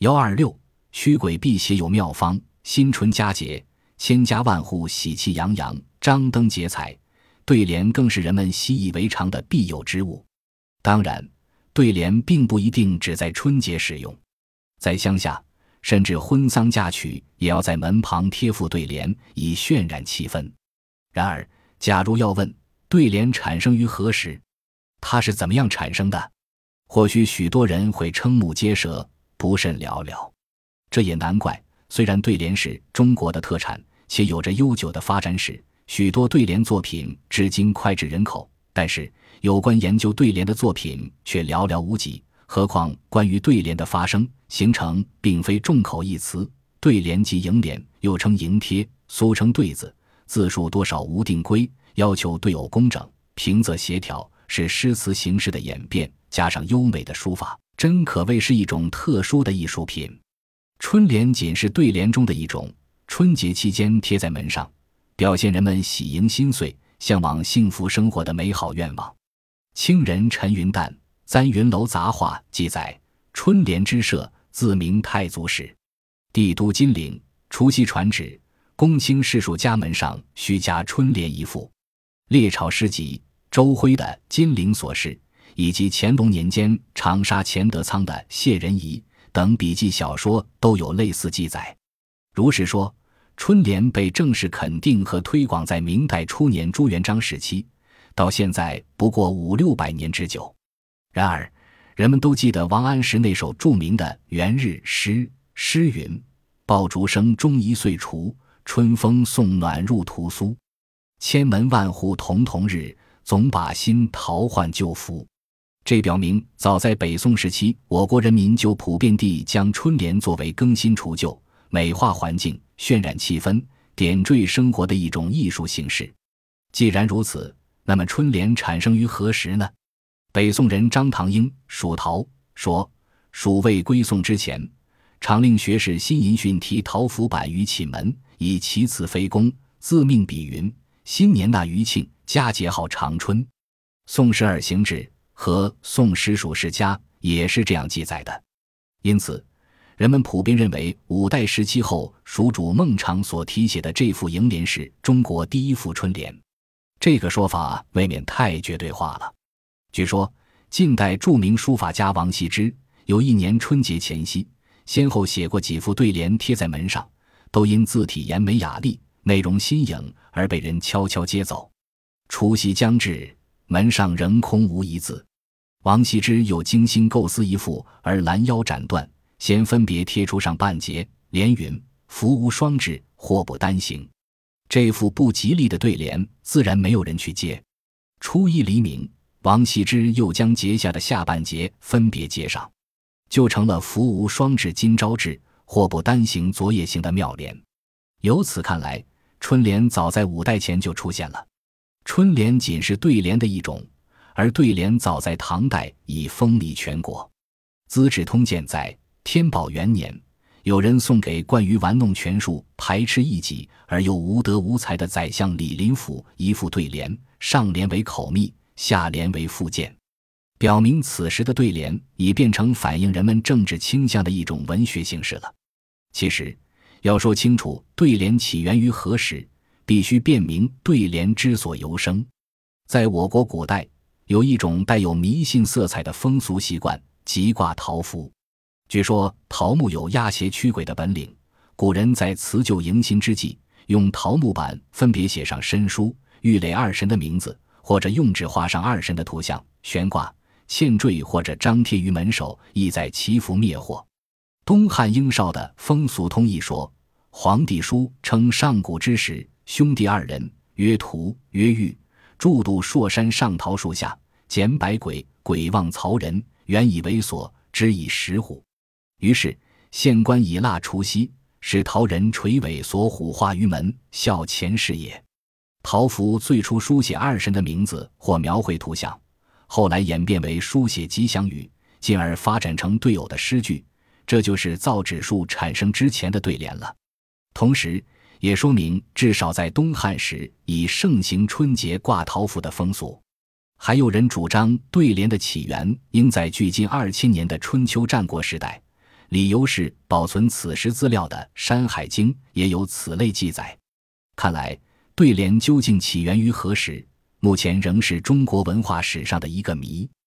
126驱鬼辟邪有妙方，新春佳节，千家万户喜气洋洋，张灯结彩，对联更是人们习以为常的必有之物。当然，对联并不一定只在春节使用，在乡下，甚至婚丧嫁娶也要在门旁贴副对联，以渲染气氛。然而，假如要问对联产生于何时，它是怎么样产生的，或许许多人会瞠目结舌，不甚了了。这也难怪，虽然对联是中国的特产，且有着悠久的发展史，许多对联作品至今脍炙人口，但是有关研究对联的作品却寥寥无几。何况关于对联的发生形成并非众口一词，对联即楹联，又称楹贴，俗称对子，字数多少无定规，要求对偶工整，平仄协调，是诗词形式的演变，加上优美的书法，真可谓是一种特殊的艺术品。春联仅是对联中的一种，春节期间贴在门上，表现人们喜迎新岁，向往幸福生活的美好愿望。清人陈云淡《簪云楼杂话》记载，春联之设，自明太祖始。帝都金陵，除夕传旨，公卿士庶家门上须加春联一副。列朝诗集周辉的《金陵所事》，以及乾隆年间长沙钱德仓的《谢人仪》等笔记小说都有类似记载。如是说，春联被正式肯定和推广在明代初年朱元璋时期，到现在不过500-600年之久。然而，人们都记得王安石那首著名的元日诗，诗云：爆竹声中一岁除，春风送暖入屠苏。千门万户曈曈日，总把新桃换旧符。这表明早在北宋时期，我国人民就普遍地将春联作为更新除旧、美化环境、渲染气氛、点缀生活的一种艺术形式。既然如此，那么春联产生于何时呢？北宋人张唐英《蜀陶》说，蜀未归宋之前，常令学士辛寅逊题桃符板于寝门，以其次非公，自命比云：新年纳余庆，佳节号长春。宋十二行志和宋史属世家也是这样记载的。因此，人们普遍认为五代时期后蜀主孟昶所题写的这副楹联是中国第一副春联。这个说法未免太绝对化了。据说，近代著名书法家王羲之有一年春节前夕，先后写过几副对联贴在门上，都因字体严美雅丽，内容新颖而被人悄悄接走。除夕将至，门上仍空无一字。王羲之又精心构思一副而拦腰斩断，先分别贴出上半截，联云：福无双至，祸不单行。这副不吉利的对联自然没有人去接。初一黎明，王羲之又将节下的下半截分别接上，就成了福无双至今朝至，祸不单行昨夜行的妙联。由此看来，春联早在5代前就出现了。春联仅是对联的一种，而对联早在唐代已风靡全国。资治通鉴在天宝元年，有人送给惯于玩弄权术、排斥异己而又无德无才的宰相李林甫一副对联，上联为口密，下联为附件，表明此时的对联已变成反映人们政治倾向的一种文学形式了。其实，要说清楚对联起源于何时，必须辨明对联之所由生。在我国古代，有一种带有迷信色彩的风俗习惯，即挂桃符。据说桃木有压邪驱鬼的本领，古人在辞旧迎新之际，用桃木板分别写上申书、玉垒二神的名字，或者用纸画上二神的图像，悬挂、嵌缀或者张贴于门首，意在祈福灭祸。东汉英绍的《风俗通义》说，皇帝书称上古之时，兄弟二人，曰屠曰玉，驻度朔山上桃树下，捡百鬼，鬼望曹人，原以为所，只以石虎。于是县官以蜡除夕，使陶人垂尾所虎画于门，效前世也。桃符最初书写二神的名字或描绘图像，后来演变为书写吉祥语，进而发展成对偶的诗句，这就是造纸术产生之前的对联了。同时也说明至少在东汉时已盛行春节挂桃符的风俗。还有人主张对联的起源应在距今2000年的春秋战国时代， 理由是保存此时资料的《山海经》也有此类记载。看来对联究竟起源于何时，目前仍是中国文化史上的一个谜。